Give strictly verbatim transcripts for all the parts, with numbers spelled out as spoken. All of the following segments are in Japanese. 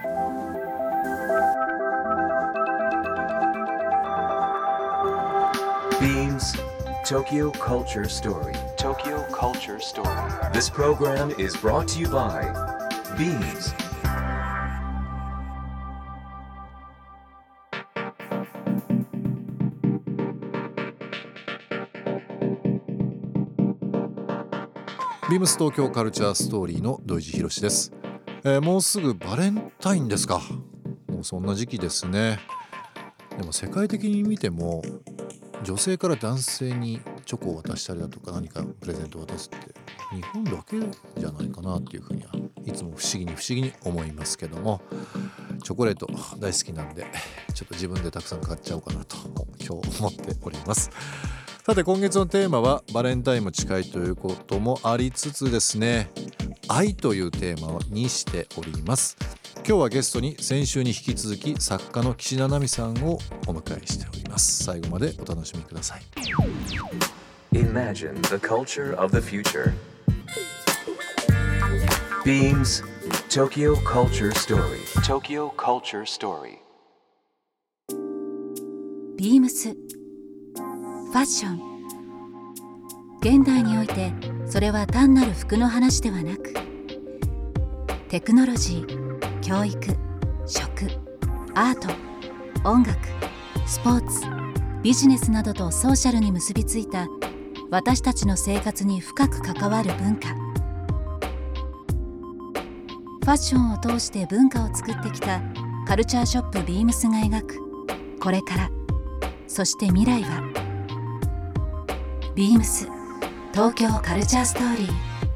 Beams Tokyo Culture Story. Tokyo Culture Story. This program is brought to you by Beams. ビームス東京カルチャーストーリーの土井地博です、えー、もうすぐバレンタインですか。もうそんな時期ですね。でも世界的に見ても女性から男性にチョコを渡したりだとか何かプレゼントを渡すって日本だけじゃないかなっていうふうにはいつも不思議に不思議に思いますけども、チョコレート大好きなんでちょっと自分でたくさん買っちゃおうかなと今日思っております。さて今月のテーマはバレンタインも近いということもありつつですね、愛というテーマにしております。今日はゲストに先週に引き続き作家の岸田奈美さんをお迎えしております。最後までお楽しみください。 Imagine the culture of the future. Beams Tokyo Culture Story. Tokyo Culture Story. ビームスファッション。現代においてそれは単なる服の話ではなく、テクノロジー、教育、食、アート、音楽、スポーツ、ビジネスなどとソーシャルに結びついた私たちの生活に深く関わる文化。ファッションを通して文化を作ってきたカルチャーショップビームスが描くこれから、そして未来はビームス東京カルチャーストーリー。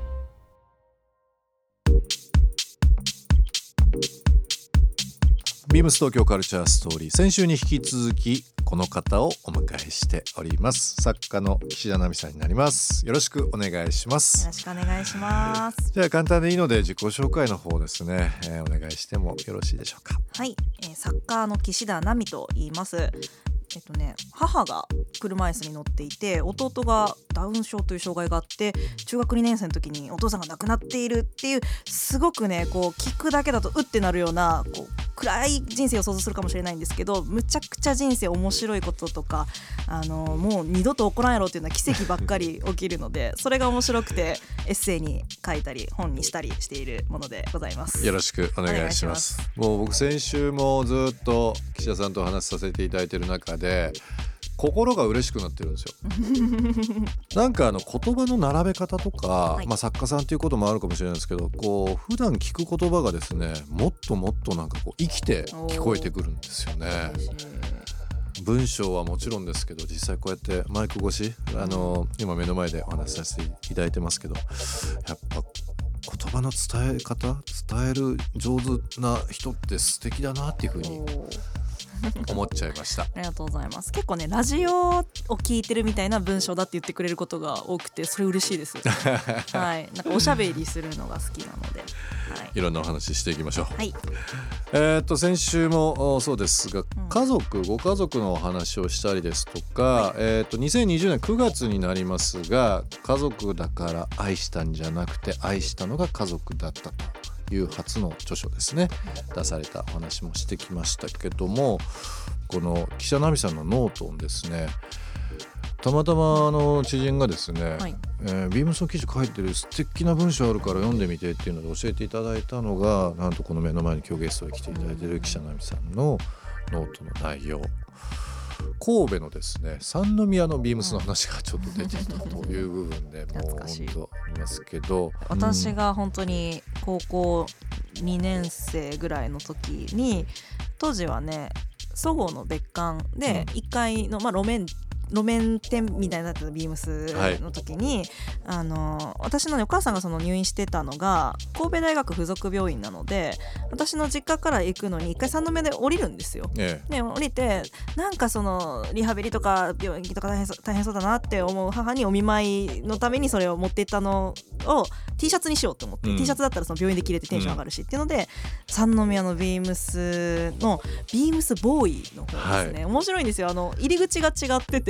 ビームス東京カルチャーストーリー、先週に引き続きこの方をお迎えしております。作家の岸田奈美さんになります。よろしくお願いします。 よろしくお願いします。 じゃあ簡単でいいので自己紹介の方ですね、えー、お願いしてもよろしいでしょうか。 はい、えー、作家の岸田奈美と言います。えっとね、母が車椅子に乗っていて、弟がダウン症という障害があって、中学にねん生の時にお父さんが亡くなっているっていう、すごくねこう聞くだけだとうってなるようなこう暗い人生を想像するかもしれないんですけど、むちゃくちゃ人生面白いこととか、あのもう二度と起こらんやろっていうような奇跡ばっかり起きるのでそれが面白くてエッセイに書いたり本にしたりしているものでございます。 よろしくお願いします。もう僕先週もずっと岸田さんとお話しさせていただいている中で心が嬉しくなってるんですよなんかあの言葉の並べ方とか、はい、まあ、作家さんということもあるかもしれないですけど、こう普段聞く言葉がですねもっともっとなんかこう生きて聞こえてくるんですよね。文章はもちろんですけど、実際こうやってマイク越し、あの今目の前でお話しさせていただいてますけど、やっぱ言葉の伝え方、伝える上手な人って素敵だなっていうふうに思っちゃいましたありがとうございます。結構ねラジオを聞いてるみたいな文章だって言ってくれることが多くて、それ嬉しいですはい、なんかおしゃべりするのが好きなので、はい、 いろんなお話していきましょう。 はい、 えー、っと先週もそうですが、うん、家族ご家族のお話をしたりですとか、はい、えー、っとにせんにじゅうねんくがつになりますが、家族だから愛したんじゃなくて愛したのが家族だったという初の著書ですね、出されたお話もしてきましたけども、この岸田奈美さんのノートをですね、たまたまあの知人がですね、はい、えー、ビームスの記事書いてる素敵な文章あるから読んでみてっていうので教えていただいたのが、なんとこの目の前に今日ゲストに来ていただいている岸田奈美さんのノートの内容、神戸のですね三宮のビームスの話がちょっと出てきたという部分で、もう本当ありますけど、 私が本当に高校にねん生ぐらいの時に、当時はねそごうの別館でいっかいの、まあ、路面路面店みたいになってたビームスの時に、はい、あの私のお母さんがその入院してたのが神戸大学附属病院なので、私の実家から行くのに一回三宮で降りるんですよ、ええ、で降りてなんかそのリハビリとか病院とか大変そう、大変そうだなって思う母にお見舞いのためにそれを持っていったのを T シャツにしようと思って、うん、T シャツだったらその病院で着れてテンション上がるし、うん、っていうので三宮のビームスのビームスボーイの方ですね、はい、面白いんですよ。あの入り口が違ってて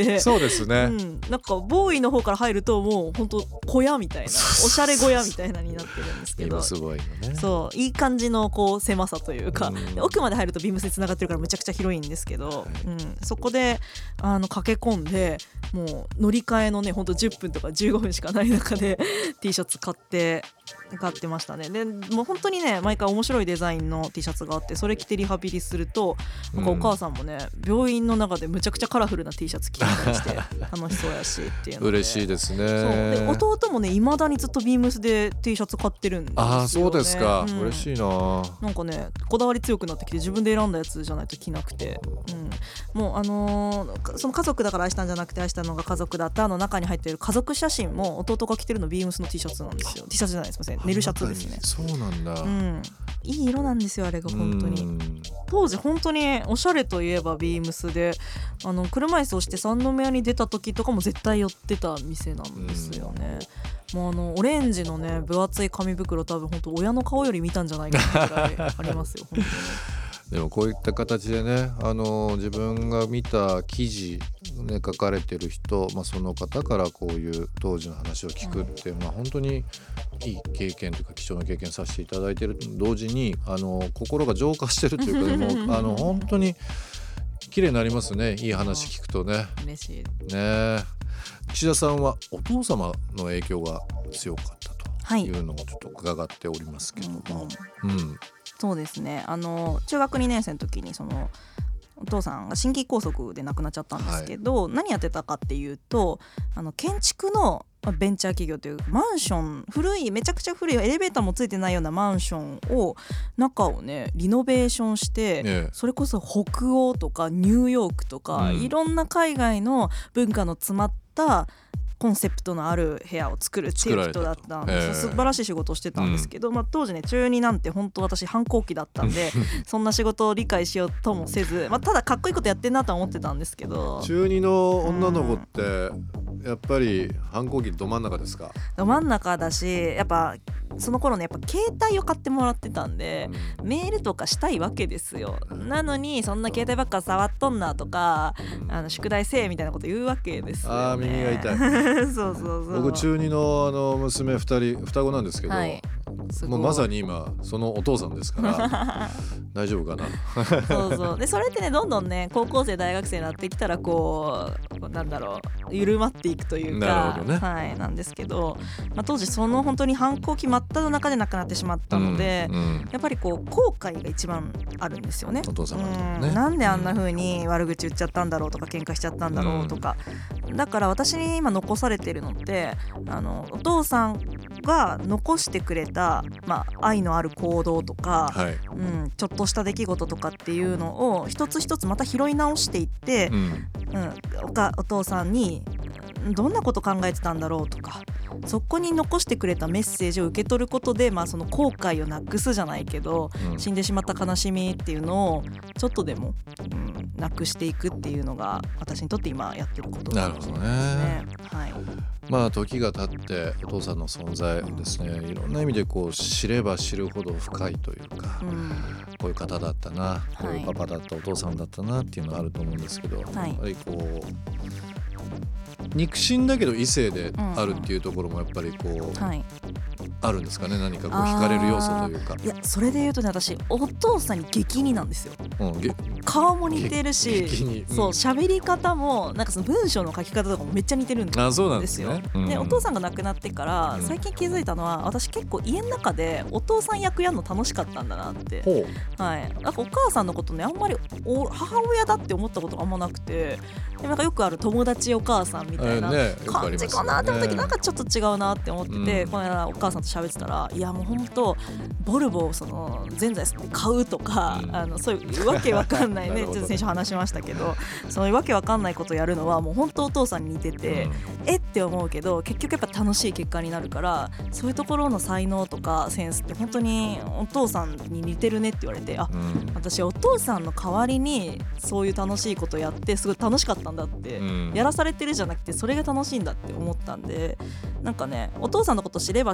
でそうですね、 うん、なんかボーイの方から入るともう本当小屋みたいなおしゃれ小屋みたいなになってるんですけど、 すごいよね。 そういい感じのこう狭さというか、 うんで奥まで入るとビームスでつながってるからむちゃくちゃ広いんですけど、はい、うん、そこであの駆け込んでもう乗り換えのねほんとじゅっぷんとかじゅうごふんしかない中でT シャツ買って買ってましたね。でもう本当にね毎回面白いデザインの T シャツがあってそれ着てリハビリするとなんかお母さんもね、うん、病院の中でむちゃくちゃカラフルな T シャツ着てたりして楽しそうやしっていうので嬉しいですね。 そうで弟もね未だにずっとビームスで T シャツ買ってるんですよね。 ああそうですか、うん、嬉しいな。 なんかねこだわり強くなってきて自分で選んだやつじゃないと着なくて、うん、もうあのー、その家族だから愛したんじゃなくて愛したのが家族だったの中に入っている家族写真も弟が着てるのビームスの T シャツなんですよ。 T シャツじゃないですいませんネルシャツですね。 そうなんだ、 うん、いい色なんですよあれが本当に。当時本当におしゃれといえばビームスであの車椅子をして三宮に出た時とかも絶対寄ってた店なんですよね。もうあのオレンジのね分厚い紙袋多分本当親の顔より見たんじゃないかなぐらいありますよ本当に。 でもこういった形でね、あの自分が見た記事、ね、書かれてる人、まあ、その方からこういう当時の話を聞くって、うんまあ、本当にいい経験というか貴重な経験させていただいていると同時にあの心が浄化してるというかもうあの本当に綺麗になりますね。いい話聞くとね。 嬉しいね。岸田さんはお父様の影響が強かったというのをちょっと伺っておりますけども、 うんうんうんそうですねあの中学にねん生の時にそのお父さんが心筋梗塞で亡くなっちゃったんですけど、はい、何やってたかっていうとあの建築のベンチャー企業というマンション古いめちゃくちゃ古いエレベーターもついてないようなマンションを中をねリノベーションして、ね、それこそ北欧とかニューヨークとか、うん、いろんな海外の文化の詰まったコンセプトのある部屋を作るっていう人だったんです。素晴らしい仕事をしてたんですけど、うんまあ、当時ね中になんて本当私反抗期だったんでそんな仕事を理解しようともせず、まあ、ただかっこいいことやってんなとは思ってたんですけど中にの女の子ってやっぱり反抗期ど真ん中ですか？ ど真ん中だしやっぱその頃ねやっぱ携帯を買ってもらってたんで、うん、メールとかしたいわけですよ。なのにそんな携帯ばっか触っとんなとか、うん、あの宿題せえみたいなこと言うわけですよね。 あー耳が痛いそうそうそう僕中二 の, あの娘ふたり双子なんですけど、はい、もうまさに今そのお父さんですから大丈夫かなそうそうでそれってねどんどんね高校生大学生になってきたらこうなんだろう緩まっていくというかなるほどね、 はい、なんですけど、まあ、当時その本当に反抗期真っただ中で亡くなってしまったので、うんうん、やっぱりこう後悔が一番あるんですよね。 お父様とね、 うん、なんであんな風に悪口言っちゃったんだろうとか喧嘩しちゃったんだろうとか、うん、だから私に今残されてるのってあのお父さんが残してくれた、まあ、愛のある行動とか、はいうん、ちょっとした出来事とかっていうのを一つ一つまた拾い直していって、うんうん、お, かお父さんにどんなこと考えてたんだろうとかそこに残してくれたメッセージを受け取ることで、まあ、その後悔をなくすじゃないけど、うん、死んでしまった悲しみっていうのをちょっとでも、うん、なくしていくっていうのが私にとって今やってることなんですね。 なるほどね、はいまあ、時が経ってお父さんの存在ですねいろんな意味でこう知れば知るほど深いというか、うん、こういう方だったなこういうパパだった、はい、お父さんだったなっていうのがあると思うんですけど、はい、やっぱりこう肉親だけど異性であるっていうところもやっぱりこう、うんはい、あるんですかね。何かこう惹かれる要素というか。 いやそれで言うとね私お父さんに激似なんですよ、うん、顔も似てるし、うん、そう喋り方もなんかその文章の書き方とかもめっちゃ似てるんですよ。 あそうなんですね、うん、 でお父さんが亡くなってから最近気づいたのは私結構家の中でお父さん役やるの楽しかったんだなって、はい、なんかお母さんのことねあんまりお母親だって思ったことがあんまなくてでなんかよくある友達お母さんみたいな感じかなって思った時なんかちょっと違うなって思ってて、うん、この間お母さんと喋ってたらいやもう本当ボルボをその全財産で買うとか、うん、あのそういうわけわかんないねちょっと先週話しましたけどそういうわけわかんないことやるのはもう本当お父さんに似てて、うん、えって思うけど結局やっぱ楽しい結果になるからそういうところの才能とかセンスって本当にお父さんに似てるねって言われてあ、うん、私お父さんの代わりにそういう楽しいことやってすごい楽しかったんだって、うん、やらされてるじゃなくてそれが楽しいんだって思ったんでなんかねお父さんのこと知れば知るほ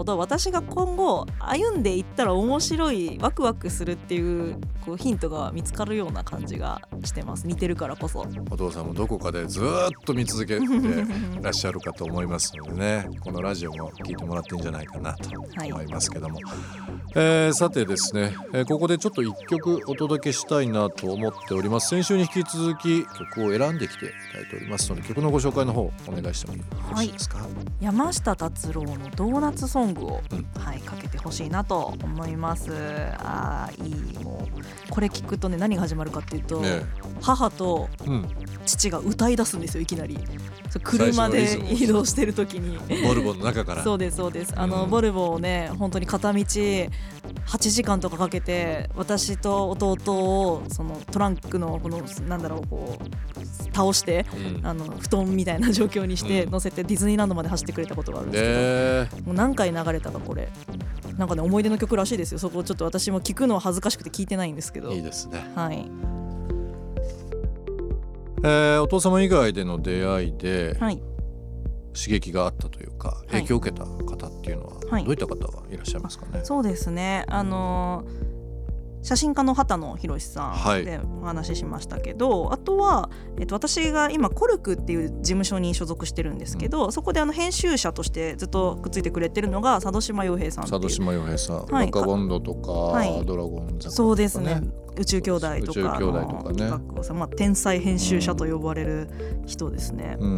ほど私が今後歩んでいったら面白いワクワクするっていう、こうヒントが見つかるような感じがしてます。似てるからこそ。 お父さんもどこかでずーっと見続けていらっしゃるかと思いますのでねこのラジオも聞いてもらってんじゃないかなと思いますけども、はい、えー、さてですね、えー、ここでちょっと一曲お届けしたいなと思っております。先週に引き続き曲を選んできていただいておりますので曲のご紹介の方お願いしてもよろしいですか。はい、 山下達郎のドーナツソングを、うん、はい、かけてほしいなと思います。あーいい、もうこれ聞くとね何が始まるかっていうと、ね、母と父が歌い出すんですよ。いきなり車で移動してる時にボルボの中からそうですそうです、あの、うん、ボルボをね本当に片道はちじかんとかかけて私と弟をそのトランクのこのなんだろうこう倒して、うん、あの布団みたいな状況にして乗せてディズニーランドまで走ってくれたことがあるんですけど、えー、もう何回流れたかこれなんかね思い出の曲らしいですよ。そこちょっと私も聞くのは恥ずかしくて聞いてないんですけど。 いいですね。 はい。 えー、お父様以外での出会いで、はい、刺激があったというか影響を受けた方っていうのは、はい、どういった方がいらっしゃいますかね。 そうですね、あのー写真家の畑野博さんでお話ししましたけど、はい、あとは、えっと、私が今コルクっていう事務所に所属してるんですけど、うん、そこであの編集者としてずっとくっついてくれてるのが佐渡島洋平さんっていう。 佐渡島洋平さん、はい、バカボンドとか、はい、ドラゴンズとか、ね、 そうですね、宇宙兄弟とか、 宇宙兄弟とかね、 まあ、天才編集者と呼ばれる人ですね、うんうん、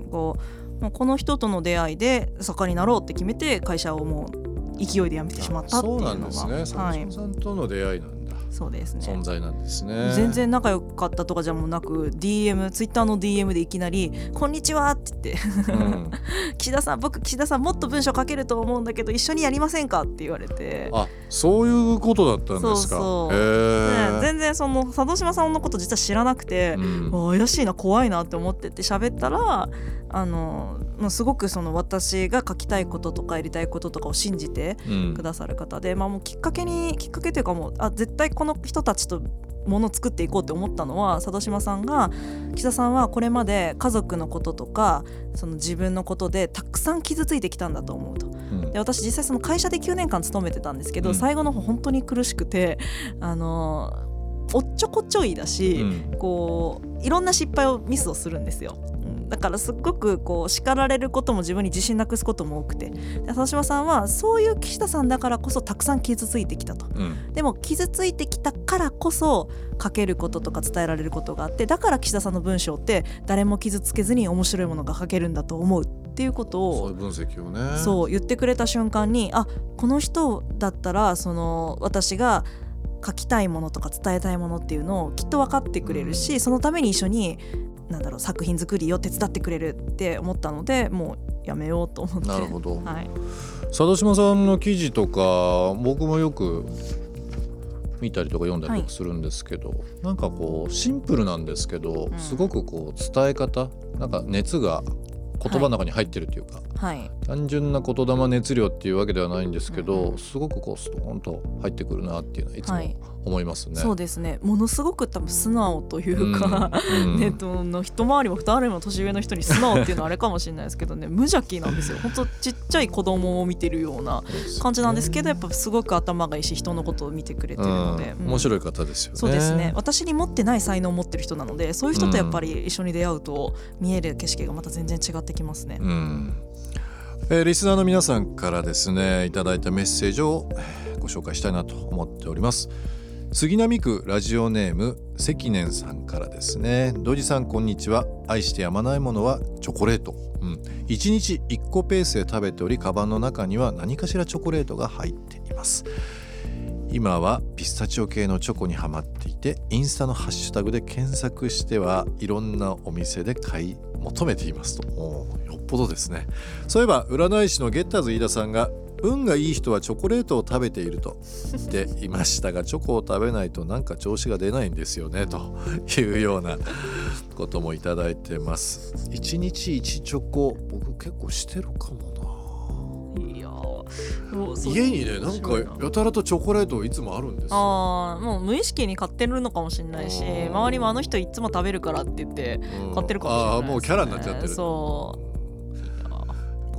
こうもうこの人との出会いで作家になろうって決めて会社をもう勢いで辞めてしまったっていうのが。そうなんですね、佐渡島さんとの出会いなんだ。 そうですね、 存在なんですね。 全然仲良かったとかじゃもなく ディーエム ツイッターの ディーエム でいきなりこんにちはって言って、うん、岸田さん僕岸田さんもっと文章書けると思うんだけど一緒にやりませんかって言われて。 あ、そういうことだったんですか。 そうそう、 へー、 ね、全然その佐渡島さんのこと実は知らなくて、うん、怪しいな怖いなって思ってて喋ったらあのすごくその私が書きたいこととかやりたいこととかを信じてくださる方で、うん、まあ、もうきっかけにきっかけというかもうあ絶対この人たちとものを作っていこうって思ったのは佐渡島さんが岸田さんはこれまで家族のこととかその自分のことでたくさん傷ついてきたんだと思うと、うん、で私実際その会社できゅうねんかん勤めてたんですけど、うん、最後の方本当に苦しくてあのおっちょこちょいだし、うん、こういろんな失敗をミスをするんですよ。だからすっごくこう叱られることも自分に自信なくすことも多くて、佐渡島さんはそういう岸田さんだからこそたくさん傷ついてきたと、うん、でも傷ついてきたからこそ書けることとか伝えられることがあって、だから岸田さんの文章って誰も傷つけずに面白いものが書けるんだと思うっていうことを、 そういう分析をね、 そう言ってくれた瞬間に、あ、この人だったらその私が書きたいものとか伝えたいものっていうのをきっと分かってくれるし、うん、そのために一緒になんだろう作品作りを手伝ってくれるって思ったので、もうやめようと思って。 なるほど、 はい、 佐渡島さんの記事とか僕もよく見たりとか読んだりとかするんですけど、はい、なんかこうシンプルなんですけど、うん、すごくこう伝え方なんか熱が言葉の中に入ってるというか、はい、単純な言霊熱量っていうわけではないんですけど、うん、すごくこうストーンと入ってくるなっていうのはいつも思いますね、はい、 そうですね、ものすごく多分素直というか、うんうん、ネットの一回りも二回りも年上の人に素直っていうのはあれかもしれないですけどね無邪気なんですよ。本当ちっちゃい子供を見てるような感じなんですけど、やっぱすごく頭がいいし人のことを見てくれてるので、 うん、面白い方ですよね。 そうですね、私に持ってない才能を持ってる人なので、そういう人とやっぱり一緒に出会うと見える景色がまた全然違ってきますね、うん、 えー、リスナーの皆さんからですねいただいたメッセージをご紹介したいなと思っております。杉並区ラジオネーム関念さんからですね、土井さんこんにちは、愛してやまないものはチョコレート、うん、いちにちいっこペースで食べており、カバンの中には何かしらチョコレートが入っています。今はピスタチオ系のチョコにハマっていて、インスタのハッシュタグで検索してはいろんなお店で買い求めていますと。おー、よっぽどですね。そういえば占い師のゲッターズ飯田さんが運がいい人はチョコレートを食べていると言っていましたが、チョコを食べないとなんか調子が出ないんですよねというようなこともいただいてます。いちにちいちチョコ僕結構してるかもな。いや家にねなんかやたらとチョコレートいつもあるんですよ。 あー、もう無意識に買ってるのかもしれないし、周りもあの人いつも食べるからって言って買ってるかもしれないですね。 あー、もうキャラになっちゃってる。 そう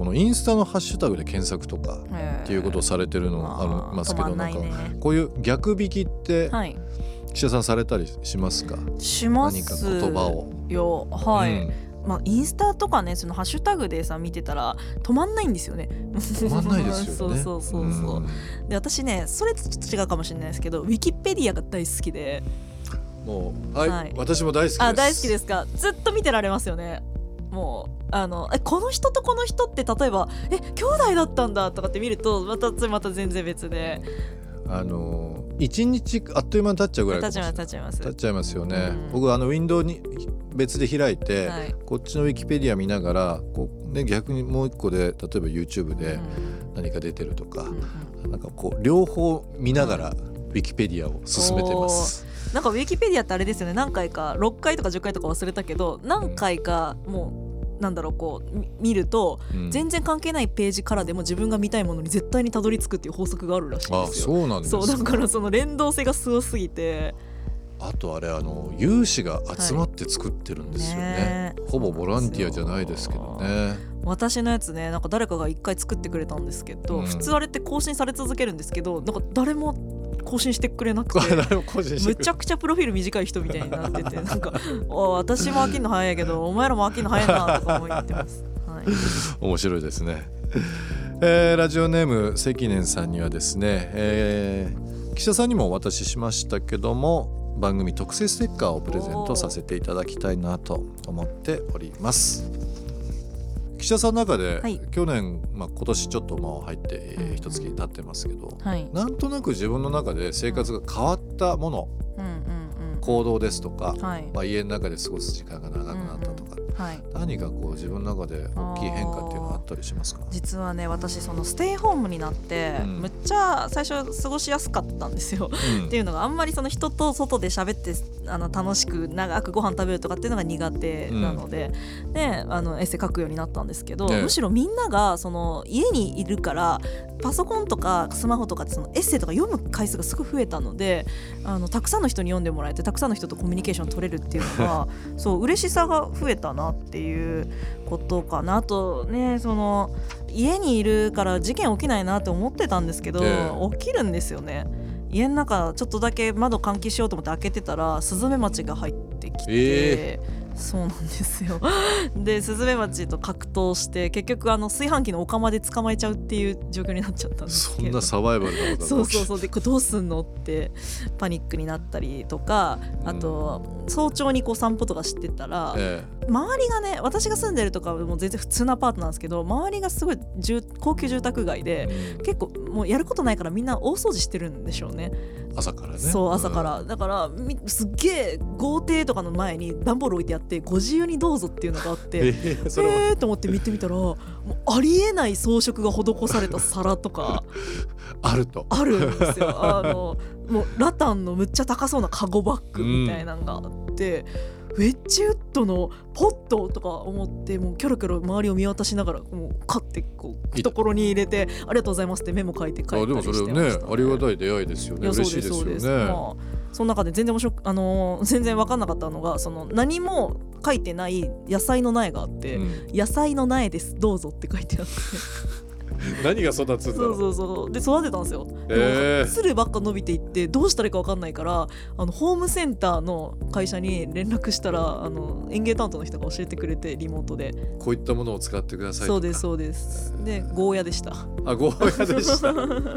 このインスタのハッシュタグで検索とかっていうことをされてるのありますけど、 止まんないね。 なんかこういう逆引きってはい記者さんされたりしますか？ します何か言葉をよ。はい、 うんまあ、インスタとかねそのハッシュタグでさ見てたら止まんないんですよね。 止まんないですよね。 そうそうそうそう、 うんで私ねそれとちょっと違うかもしれないですけどウィキペディアが大好きで。 もう、はいはい、 私も大好きです。 あ大好きですか。ずっと見てられますよね。もうあのえこの人とこの人って例えばえ兄弟だったんだとかって見るとまたまた全然別で、 あの一日あっという間に経っちゃうぐらいかもしれない。 経っちゃいます経っちゃいます経っちゃいますよね、 うん、 僕あのウィンドウに別で開いて、 はい、 こっちのウィキペディア見ながらこう、ね、逆にもう一個で例えば YouTube で何か出てるとか、 うん、 なんかこう両方見ながらウィキペディアを進めてます、 うん、なんかウィキペディアってあれですよね。何回かろっかいとかじゅっかいとか忘れたけど何回かもうなんだろうこう見ると、うん、全然関係ないページからでも自分が見たいものに絶対にたどり着くっていう法則があるらしいんですよ。 あ、そうなんですか。 そうだからその連動性がすごすぎて、 あとあれあの有志が集まって作ってるんですよね、はいね、ほぼボランティアじゃないですけどね。 私のやつねなんか誰かが一回作ってくれたんですけど、うん、普通あれって更新され続けるんですけどなんか誰も更新してくれなくてむちゃくちゃプロフィール短い人みたいになっててなんか私も飽きんの早いけどお前らも飽きんの早いなとか思ってます、はい、 面白いですね、えー、ラジオネーム関根さんにはですね、えー、記者さんにもお渡ししましたけども番組特製ステッカーをプレゼントさせていただきたいなと思っております。記者さんの中で、はい、去年、まあ、今年ちょっともう入って一月経ってますけど、はい、なんとなく自分の中で生活が変わったもの、うんうんうんうん、行動ですとか、はい、まあ、家の中で過ごす時間が長くなったとか、うんうん、はい、何かこう自分の中で大きい変化っていうのはあったりしますか？ 実はね私そのステイホームになって、うん、むっちゃ最初過ごしやすかったんですよ、うん、っていうのがあんまりその人と外で喋ってあの楽しく長くご飯食べるとかっていうのが苦手なので、うん、であのエッセイ書くようになったんですけど、ね、むしろみんながその家にいるからパソコンとかスマホとかってそのエッセイとか読む回数がすごい増えたのであのたくさんの人に読んでもらえてたくさんの人とコミュニケーション取れるっていうのがそう嬉しさが増えたなっていうことかな。あとねその家にいるから事件起きないなって思ってたんですけど、えー、起きるんですよね。家の中ちょっとだけ窓換気しようと思って開けてたらスズメバチが入ってきて、えー、そうなんですよでスズメバチと格闘して結局あの炊飯器のお釜で捕まえちゃうっていう状況になっちゃったんですけど、 そんなサバイバルなことそうそうそうでこれどうすんのってパニックになったりとか、あと、うん、早朝にこう散歩とかしてたら、えー、周りがね私が住んでるとかも全然普通のアパートなんですけど周りがすごい高級住宅街で、うん、結構もうやることないからみんな大掃除してるんでしょうね。 朝からね。 そう朝から、うん、だからすっげえ豪邸とかの前に段ボール置いてあってご自由にどうぞっていうのがあってえー、それはえーと思って見てみたらもうありえない装飾が施された皿とかあるとあるんですよ。あのもうラタンのむっちゃ高そうなカゴバッグみたいなのがあって、うん、ウェッジウッドのポットとか思ってもうキョロキョロ周りを見渡しながらもうカッてこう懐に入れてありがとうございますってメモ書いて帰ったりしてましたね。 あでもそれねありがたい出会いですよね。嬉しいですよね。 まあ、その中で全然面白く、あのー、全然分かんなかったのがその何も書いてない野菜の苗があって、うん、野菜の苗ですどうぞって書いてあって何が育つんだろう。 そうそうそうで育てたんですよ。 えー、 でもつるばっか伸びていってどうしたらいいか分かんないからあのホームセンターの会社に連絡したらあの園芸担当の人が教えてくれてリモートでこういったものを使ってくださいとか。 そうですそうです。でゴーヤでした。 あゴーヤでした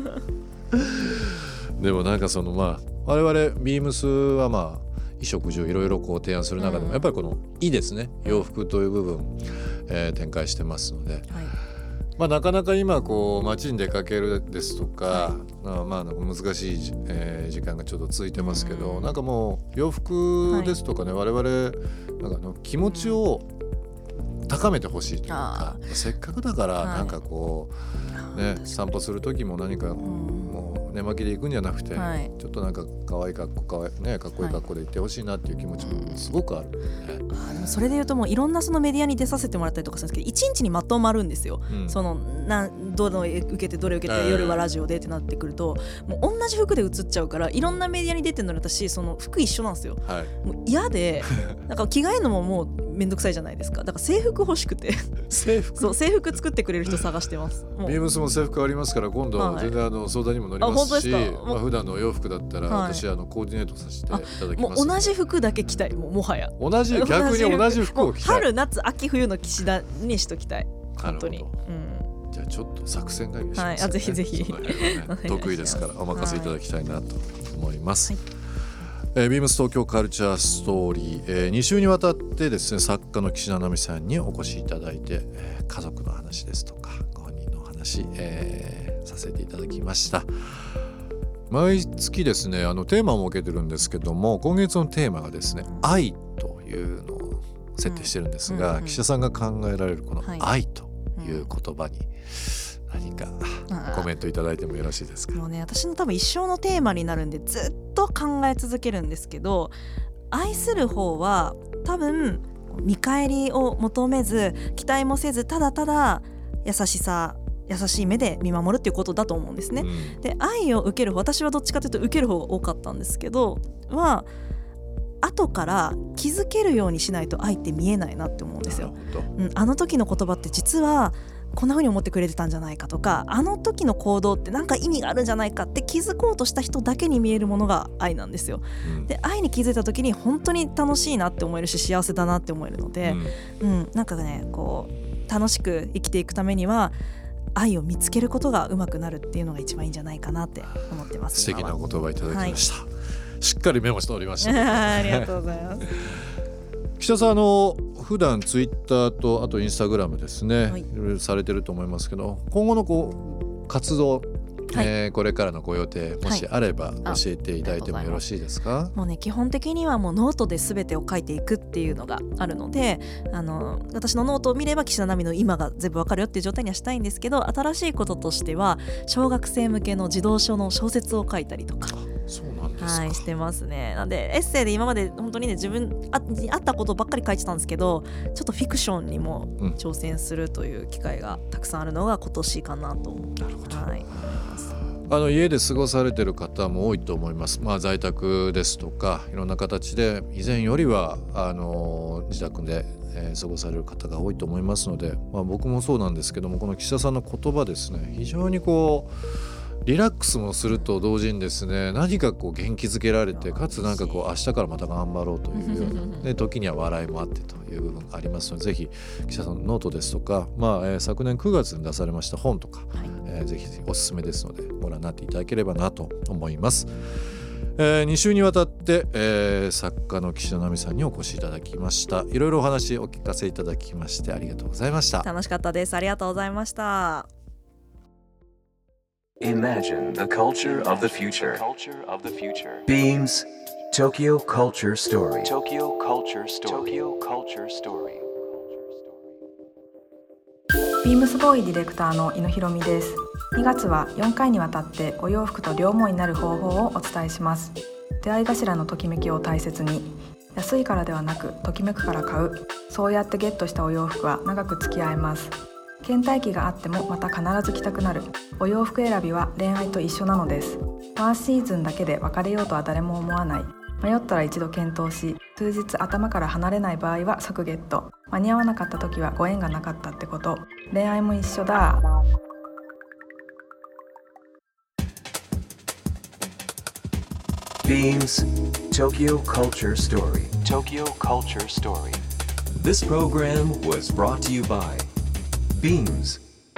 でもなんかそのまあ我々ビームスはまあ衣食住いろいろこう提案する中でも、うん、やっぱりこのいいですね洋服という部分、えー、展開してますので、はい、まあ、なかなか今こう街に出かけるですとか、はい、まあなんか難しい、えー、時間がちょっと続いてますけど、うん、なんかもう洋服ですとかね、はい、我々なんかの気持ちを高めてほしいというか、うん、せっかくだからなんかこう、はい、ね、散歩する時も何か、うん、もう寝巻きで行くんじゃなくて、はい、ちょっとなんか可愛い格好かわい、ね、かっこいい格好で行ってほしいなっていう気持ちもすごくある、ね、うん、あでもそれでいうともういろんなそのメディアに出させてもらったりとかするんですけどいちにちにまとまるんですよ、うん、そのなどの受けてどれ受けて、えー、夜はラジオでってなってくるともう同じ服で映っちゃうからいろんなメディアに出てるのに私その服一緒なんですよ、はい、もう嫌でなんか着替えるのももうめんどくさいじゃないですか。だから制服欲しくて制服そう制服作ってくれる人探してます。もうビームスも制服ありますから今度はい全然あの相談にも乗りますし、 あ本当ですか。 まあ、普段のお洋服だったらはい私あのコーディネートさせていただきます。 もう同じ服だけ着たい。もうもはや同じ逆に同じ服を着たい。 もう春夏秋冬の岸田にしときたい。本当に。 なるほど、うん、じゃあちょっと作戦会議しますね、 はい、あぜひぜひその辺はね得意ですからお任せいただきたいなと思います、 はい。 えー、ビームス東京カルチャーストーリー、えー、に週にわたってですね作家の岸田奈美さんにお越しいただいて、えー、家族の話ですとかご本人のお話、えー、させていただきました。毎月ですねあのテーマを設けてるんですけども今月のテーマがですね愛というのを設定してるんですが、うんうんうん、岸田さんが考えられるこの愛という言葉に何かコメントいただいてもよろしいですか。 もうね私の多分一生のテーマになるんでずっと考え続けるんですけど、愛する方は多分見返りを求めず期待もせずただただ優しさ優しい目で見守るっていうことだと思うんですね、うん、で愛を受ける方私はどっちかというと受ける方が多かったんですけどは後から気づけるようにしないと愛って見えないなって思うんですよ、うん、あの時の言葉って実はこんな風に思ってくれてたんじゃないかとかあの時の行動ってなんか意味があるんじゃないかって気づこうとした人だけに見えるものが愛なんですよ、うん、で愛に気づいた時に本当に楽しいなって思えるし幸せだなって思えるので、うんうん、なんかねこう楽しく生きていくためには愛を見つけることがうまくなるっていうのが一番いいんじゃないかなって思ってます。 素敵なお言葉いただきました、はい、しっかりメモしておりましたありがとうございます岸田さんあの普段ツイッターとあとインスタグラムですね、はい、いろいろされてると思いますけど今後のこう活動、はい、えー、これからのご予定もしあれば教えていただいてもよろしいですか。 はい、もうね基本的にはもうノートで全てを書いていくっていうのがあるのであの私のノートを見れば岸田奈美の今が全部わかるよっていう状態にはしたいんですけど新しいこととしては小学生向けの児童書の小説を書いたりとかそうなんですか、 はい、してますね。なんでエッセイで今まで本当にね自分あにあったことばっかり書いてたんですけどちょっとフィクションにも挑戦するという機会がたくさんあるのが今年かなと、 なるほど、 はい、 あの家で過ごされてる方も多いと思います、まあ、在宅ですとかいろんな形で以前よりはあの自宅で、えー、過ごされる方が多いと思いますので、まあ、僕もそうなんですけどもこの岸田さんの言葉ですね非常にこうリラックスもすると同時にですね何かこう元気づけられてかつなんかこう明日からまた頑張ろうというようなで時には笑いもあってという部分がありますのでぜひ岸田さんのノートですとか、まあえー、昨年くがつに出されました本とか、はいえー、ぜひおすすめですのでご覧になっていただければなと思います。えー、に週にわたって、えー、作家の岸田奈美さんにお越しいただきました。いろいろお話お聞かせいただきましてありがとうございました。 楽しかったです。ありがとうございました。 Imagine the culture of the future. Beams Tokyo Culture Story. Tokyo Culture Story. Tokyo Culture Story. ビームスボーイディレクターの井野ひろみです。にがつはよんかいにわたってお洋服と両思いになる方法をお伝えします。出会い頭のときめきを大切に、安いからではなくときめくから買う、そうやってゲットしたお洋服は長く付き合えます。倦怠期があってもまた必ず着たくなる。お洋服選びは恋愛と一緒なのです。ワンシーズンだけで別れようとは誰も思わない。迷ったら一度検討し、数日頭から離れない場合は即ゲット。間に合わなかった時はご縁がなかったってこと。恋愛も一緒だ。 Beams Tokyo Culture Story. Tokyo Culture Story. This program was brought to you by Beams。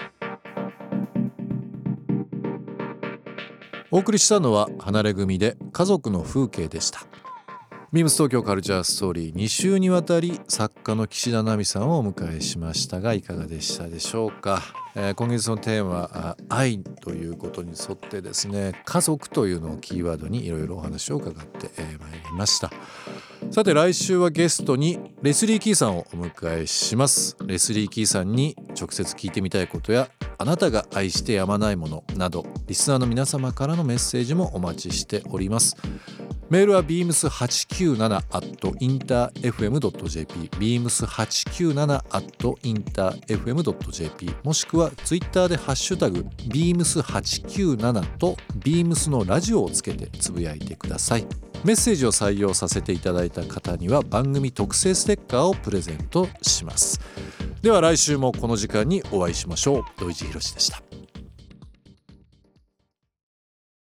お送りしたのは離れ組で家族の風景でした。ビームス東京カルチャーストーリーに週にわたり作家の岸田奈美さんをお迎えしましたがいかがでしたでしょうか。えー、今月のテーマは愛ということに沿ってですね家族というのをキーワードにいろいろお話を伺ってまいりました。さて来週はゲストにレスリー・キーさんをお迎えします。レスリー・キーさんに直接聞いてみたいことやあなたが愛してやまないものなどリスナーの皆様からのメッセージもお待ちしております。メールは ビームスはちきゅうなな アット インターエフエム ドット ジェーピー ビームスはちきゅうなな アット インターエフエム ドット ジェーピー もしくはツイッターでハッシュタグ ビームスはちきゅうなな と ビームス のラジオをつけてつぶやいてください。 メッセージを採用させていただいた方には番組特製ステッカーをプレゼントします。では来週もこの時間にお会いしましょう。土井地博でした。